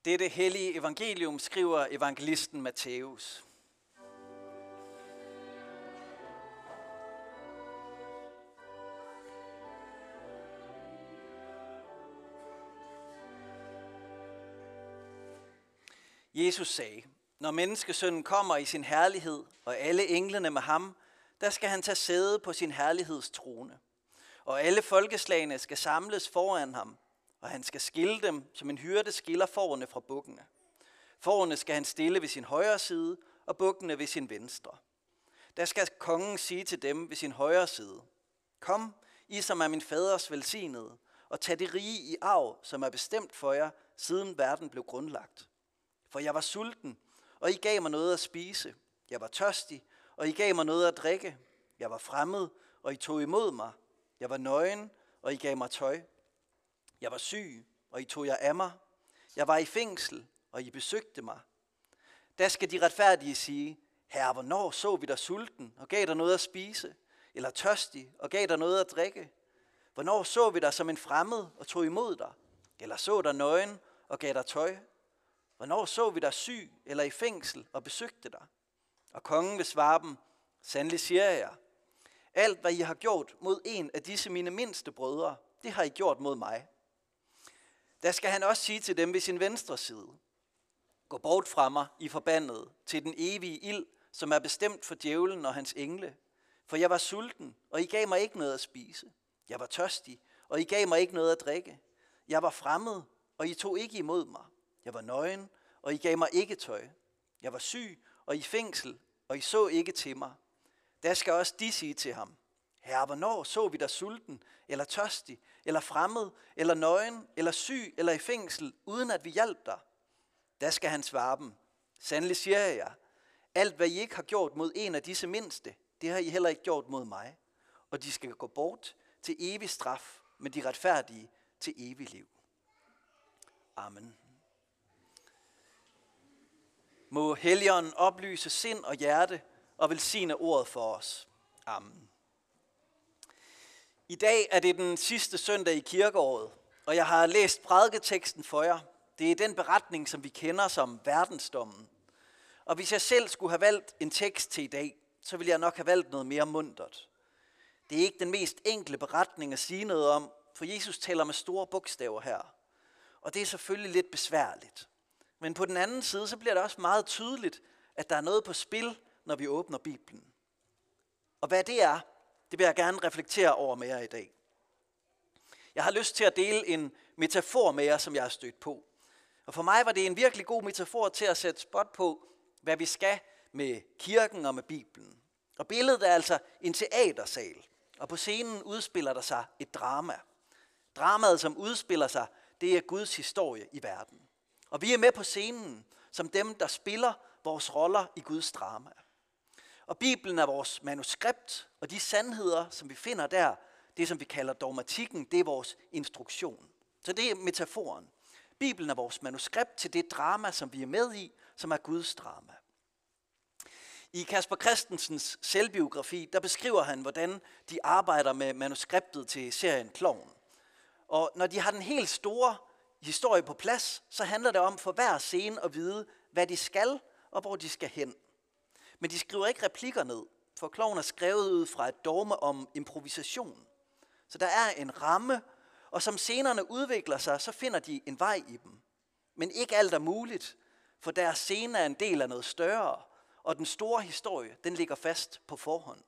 Dette hellige evangelium skriver evangelisten Matthæus. Jesus sagde, når menneskesønnen kommer i sin herlighed, og alle englene med ham, der skal han tage sæde på sin herlighedstrone. Og alle folkeslagene skal samles foran ham, og han skal skille dem, som en hyrde skiller fårene fra bukkene. Fårene skal han stille ved sin højre side, og bukkene ved sin venstre. Der skal kongen sige til dem ved sin højre side, kom, I som er min faders velsignede, og tag det rige i arv, som er bestemt for jer, siden verden blev grundlagt. For jeg var sulten, og I gav mig noget at spise. Jeg var tørstig, og I gav mig noget at drikke. Jeg var fremmed, og I tog imod mig. Jeg var nøgen, og I gav mig tøj. Jeg var syg, og I tog jer af mig. Jeg var i fængsel, og I besøgte mig. Da skal de retfærdige sige, Herre, hvornår så vi dig sulten, og gav dig noget at spise? Eller tørstig, og gav dig noget at drikke? Hvornår så vi dig som en fremmed, og tog imod dig? Eller så dig nøgen, og gav dig tøj? Hvornår så vi dig syg eller i fængsel og besøgte dig? Og kongen vil svare dem, sandelig siger jeg jer, alt hvad I har gjort mod en af disse mine mindste brødre, det har I gjort mod mig. Der skal han også sige til dem ved sin venstre side, gå bort fra mig, I forbandede, til den evige ild, som er bestemt for djævlen og hans engle. For jeg var sulten, og I gav mig ikke noget at spise. Jeg var tørstig, og I gav mig ikke noget at drikke. Jeg var fremmed, og I tog ikke imod mig. Jeg var nøgen, og I gav mig ikke tøj. Jeg var syg, og i fængsel, og I så ikke til mig. Der skal også de sige til ham, Herre, hvornår så vi dig sulten, eller tørstig, eller fremmed, eller nøgen, eller syg, eller i fængsel, uden at vi hjalp dig? Der skal han svare dem, sandelig siger jeg jer, alt hvad I ikke har gjort mod en af disse mindste, det har I heller ikke gjort mod mig. Og de skal gå bort til evig straf, men de retfærdige til evig liv. Amen. Må Helligånden oplyse sind og hjerte og velsigne ordet for os. Amen. I dag er det den sidste søndag i kirkeåret, og jeg har læst prædiketeksten for jer. Det er den beretning, som vi kender som verdensdommen. Og hvis jeg selv skulle have valgt en tekst til i dag, så ville jeg nok have valgt noget mere muntert. Det er ikke den mest enkle beretning at sige noget om, for Jesus taler med store bogstaver her. Og det er selvfølgelig lidt besværligt. Men på den anden side, så bliver det også meget tydeligt, at der er noget på spil, når vi åbner Bibelen. Og hvad det er, det vil jeg gerne reflektere over med jer i dag. Jeg har lyst til at dele en metafor med jer, som jeg har stødt på. Og for mig var det en virkelig god metafor til at sætte spot på, hvad vi skal med kirken og med Bibelen. Og billedet er altså en teatersal, og på scenen udspiller der sig et drama. Dramaet, som udspiller sig, det er Guds historie i verden. Og vi er med på scenen som dem, der spiller vores roller i Guds drama. Og Bibelen er vores manuskript, og de sandheder, som vi finder der, det som vi kalder dogmatikken, det er vores instruktion. Så det er metaforen. Bibelen er vores manuskript til det drama, som vi er med i, som er Guds drama. I Casper Christensens selvbiografi, der beskriver han, hvordan de arbejder med manuskriptet til serien Klovn. Og når de har den helt store historie på plads, så handler det om for hver scene at vide, hvad de skal og hvor de skal hen. Men de skriver ikke replikker ned, for Klovn er skrevet ud fra et dogme om improvisation. Så der er en ramme, og som scenerne udvikler sig, så finder de en vej i dem. Men ikke alt er muligt, for deres scene er en del af noget større, og den store historie, den ligger fast på forhånd.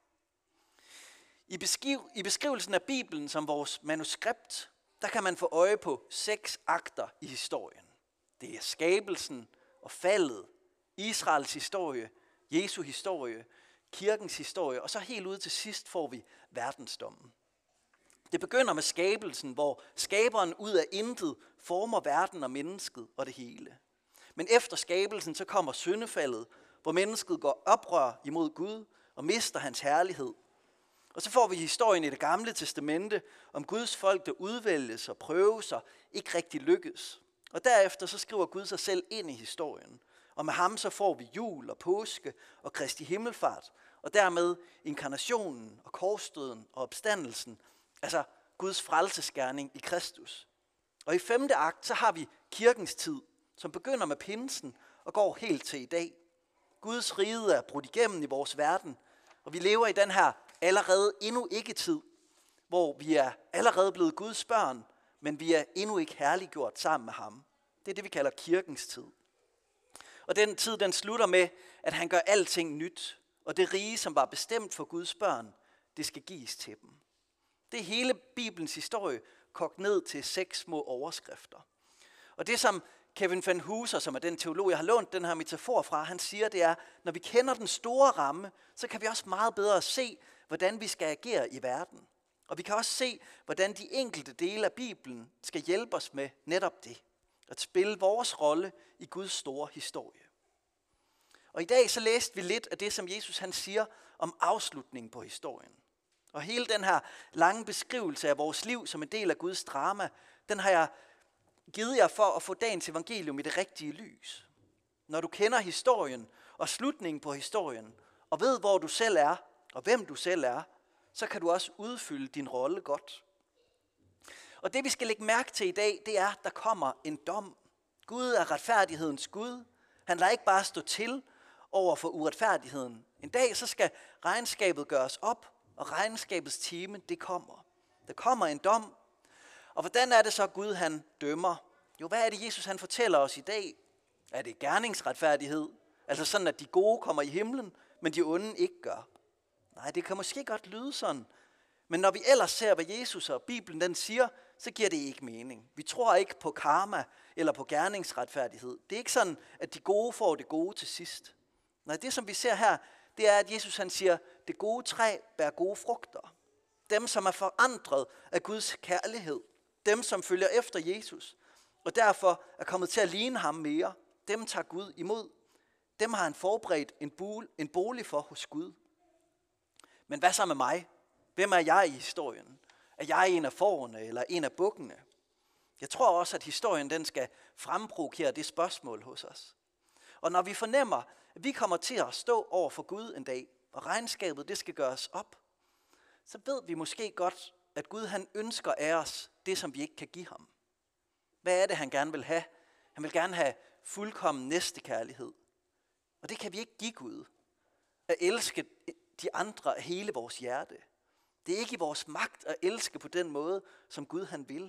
I beskrivelsen af Bibelen som vores manuskript, der kan man få øje på 6 akter i historien. Det er skabelsen og faldet, Israels historie, Jesu historie, kirkens historie, og så helt ud til sidst får vi verdensdommen. Det begynder med skabelsen, hvor skaberen ud af intet former verden og mennesket og det hele. Men efter skabelsen så kommer syndefaldet, hvor mennesket går oprør imod Gud og mister hans herlighed. Og så får vi historien i Det Gamle Testamente om Guds folk, der udvælges og prøves og ikke rigtig lykkes. Og derefter så skriver Gud sig selv ind i historien. Og med ham så får vi jul og påske og Kristi himmelfart, og dermed inkarnationen og korsdøden og opstandelsen, altså Guds frelsesgerning i Kristus. Og i 5. akt så har vi kirkens tid, som begynder med pinsen og går helt til i dag. Guds rige er brudt igennem i vores verden, og vi lever i den her allerede endnu ikke tid, hvor vi er allerede blevet Guds børn, men vi er endnu ikke herliggjort sammen med ham. Det er det, vi kalder kirkens tid. Og den tid, den slutter med, at han gør alting nyt, og det rige, som var bestemt for Guds børn, det skal gives til dem. Det er hele Bibelens historie kogt ned til 6 små overskrifter. Og det, som Kevin Van Hooser, som er den teolog, jeg har lånt den her metafor fra, han siger, det er, når vi kender den store ramme, så kan vi også meget bedre se, hvordan vi skal agere i verden. Og vi kan også se, hvordan de enkelte dele af Bibelen skal hjælpe os med netop det. At spille vores rolle i Guds store historie. Og i dag så læste vi lidt af det, som Jesus han siger om afslutningen på historien. Og hele den her lange beskrivelse af vores liv som en del af Guds drama, den har jeg givet jer for at få dagens evangelium i det rigtige lys. Når du kender historien og slutningen på historien, og ved, hvor du selv er, og hvem du selv er, så kan du også udfylde din rolle godt. Og det vi skal lægge mærke til i dag, det er, at der kommer en dom. Gud er retfærdighedens Gud. Han lader ikke bare stå til over for uretfærdigheden. En dag så skal regnskabet gøres op, og regnskabets time, det kommer. Der kommer en dom. Og hvordan er det så, Gud han dømmer? Jo, hvad er det, Jesus han fortæller os i dag? Er det gerningsretfærdighed? Altså sådan, at de gode kommer i himlen, men de onde ikke gør? Nej, det kan måske godt lyde sådan. Men når vi ellers ser, hvad Jesus og Bibelen den siger, så giver det ikke mening. Vi tror ikke på karma eller på gerningsretfærdighed. Det er ikke sådan, at de gode får det gode til sidst. Nej, det som vi ser her, det er, at Jesus han siger, det gode træ bærer gode frugter. Dem, som er forandret af Guds kærlighed. Dem, som følger efter Jesus. Og derfor er kommet til at ligne ham mere. Dem tager Gud imod. Dem har han forberedt en bolig for hos Gud. Men hvad så med mig? Hvem er jeg i historien? Er jeg en af fårene eller en af bukkene? Jeg tror også, at historien den skal fremprovokere det spørgsmål hos os. Og når vi fornemmer, at vi kommer til at stå over for Gud en dag, og regnskabet det skal gøres op, så ved vi måske godt, at Gud han ønsker af os det, som vi ikke kan give ham. Hvad er det, han gerne vil have? Han vil gerne have fuldkommen næstekærlighed. Og det kan vi ikke give Gud. At elske de andre af hele vores hjerte. Det er ikke i vores magt at elske på den måde, som Gud han vil.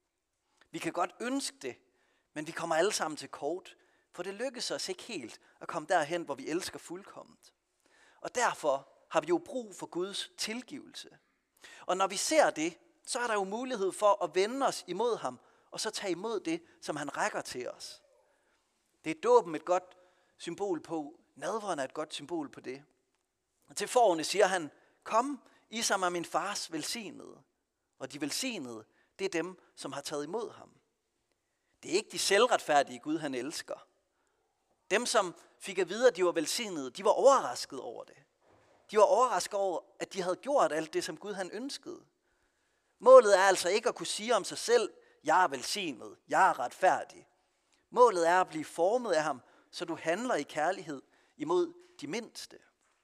Vi kan godt ønske det, men vi kommer alle sammen til kort, for det lykkes os ikke helt at komme derhen, hvor vi elsker fuldkomment. Og derfor har vi jo brug for Guds tilgivelse. Og når vi ser det, så er der jo mulighed for at vende os imod ham, og så tage imod det, som han rækker til os. Det er dåben et godt symbol på. Nadveren er et godt symbol på det. Og til fårene siger han, kom, I som er min fars velsignede. Og de velsignede, det er dem, som har taget imod ham. Det er ikke de selvretfærdige Gud, han elsker. Dem, som fik at vide, at de var velsignede, de var overrasket over det. De var overrasket over, at de havde gjort alt det, som Gud han ønskede. Målet er altså ikke at kunne sige om sig selv, jeg er velsignet, jeg er retfærdig. Målet er at blive formet af ham, så du handler i kærlighed imod de mindste.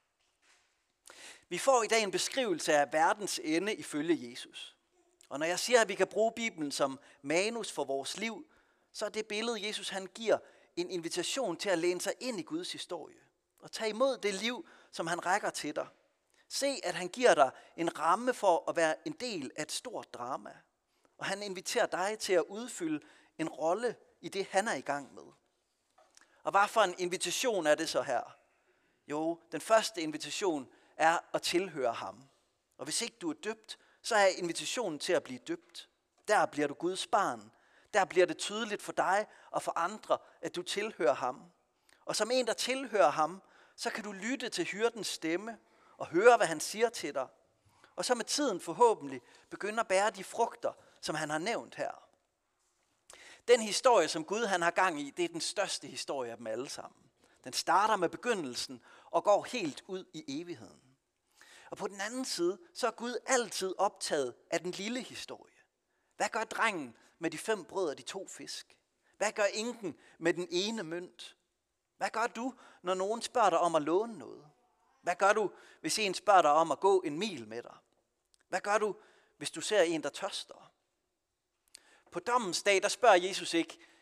Vi får i dag en beskrivelse af verdens ende ifølge Jesus. Og når jeg siger, at vi kan bruge Bibelen som manus for vores liv, så er det billede, Jesus han giver, en invitation til at læne sig ind i Guds historie. Og tage imod det liv, som han rækker til dig. Se, at han giver dig en ramme for at være en del af et stort drama. Og han inviterer dig til at udfylde en rolle i det, han er i gang med. Og hvad for en invitation er det så her? Jo, den første invitation er at tilhøre ham. Og hvis ikke du er døbt, så er invitationen til at blive døbt. Der bliver du Guds barn. Der bliver det tydeligt for dig og for andre, at du tilhører ham. Og som en, der tilhører ham, så kan du lytte til hyrdens stemme og høre, hvad han siger til dig. Og så med tiden forhåbentlig begynde at bære de frugter, som han har nævnt her. Den historie, som Gud han har gang i, det er den største historie af dem alle sammen. Den starter med begyndelsen og går helt ud i evigheden. Og på den anden side, så er Gud altid optaget af den lille historie. Hvad gør drengen med de 5 brød og de 2 fisk? Hvad gør enken med den ene mønt? Hvad gør du, når nogen spørger dig om at låne noget? Hvad gør du, hvis en spørger dig om at gå en mil med dig? Hvad gør du, hvis du ser en, der tørster? På dommens dag, der spørger Jesus ikke,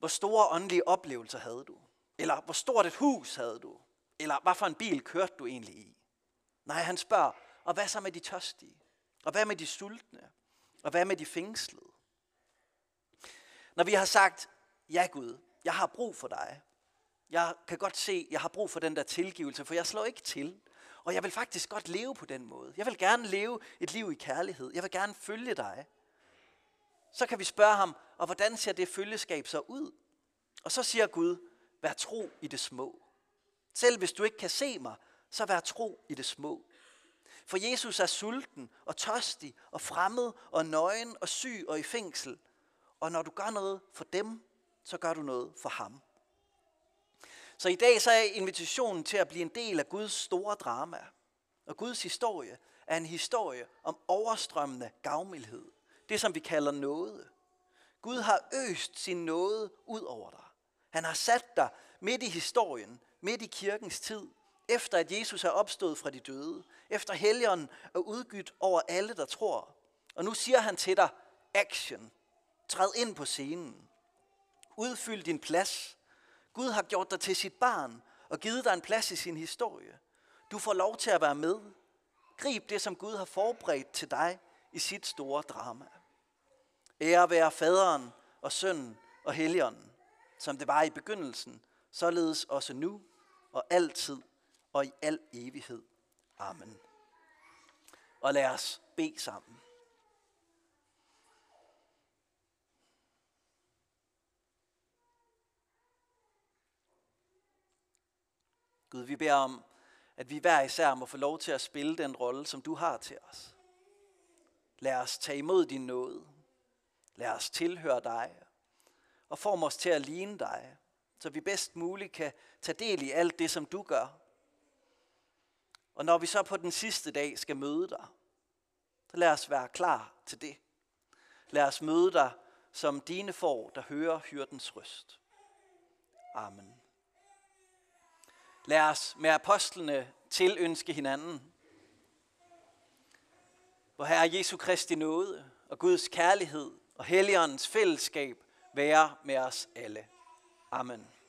hvor store åndelige oplevelser havde du? Eller hvor stort et hus havde du? Eller hvad for en bil kørte du egentlig i? Nej, han spørger, og hvad så med de tørstige? Og hvad med de sultne? Og hvad med de fængslede? Når vi har sagt, ja Gud, jeg har brug for dig. Jeg kan godt se, jeg har brug for den der tilgivelse, for jeg slår ikke til. Og jeg vil faktisk godt leve på den måde. Jeg vil gerne leve et liv i kærlighed. Jeg vil gerne følge dig. Så kan vi spørge ham, og hvordan ser det følgeskab så ud? Og så siger Gud, vær tro i det små. Selv hvis du ikke kan se mig, så vær tro i det små. For Jesus er sulten og tørstig og fremmed og nøgen og syg og i fængsel. Og når du gør noget for dem, så gør du noget for ham. Så i dag så er invitationen til at blive en del af Guds store drama. Og Guds historie er en historie om overstrømmende gavmildhed. Det som vi kalder nåde. Gud har øst sin nåde ud over dig. Han har sat dig midt i historien, midt i kirkens tid, efter at Jesus er opstået fra de døde, efter Helligånden er udgydt over alle, der tror. Og nu siger han til dig, action, træd ind på scenen, udfyld din plads. Gud har gjort dig til sit barn og givet dig en plads i sin historie. Du får lov til at være med. Grib det, som Gud har forberedt til dig i sit store drama. Ære være faderen og sønnen og Helligånden, som det var i begyndelsen, således også nu og altid og i al evighed. Amen. Og lad os bede sammen. Gud, vi beder om, at vi hver især må få lov til at spille den rolle, som du har til os. Lad os tage imod din nåde. Lad os tilhøre dig. Og form os til at ligne dig, så vi bedst muligt kan tage del i alt det, som du gør. Og når vi så på den sidste dag skal møde dig, så lad os være klar til det. Lad os møde dig som dine får, der hører hyrdens røst. Amen. Lad os med apostlene tilønske hinanden. Hvor Herre Jesu Kristi nåde og Guds kærlighed og Helligåndens fællesskab være med os alle. Amen.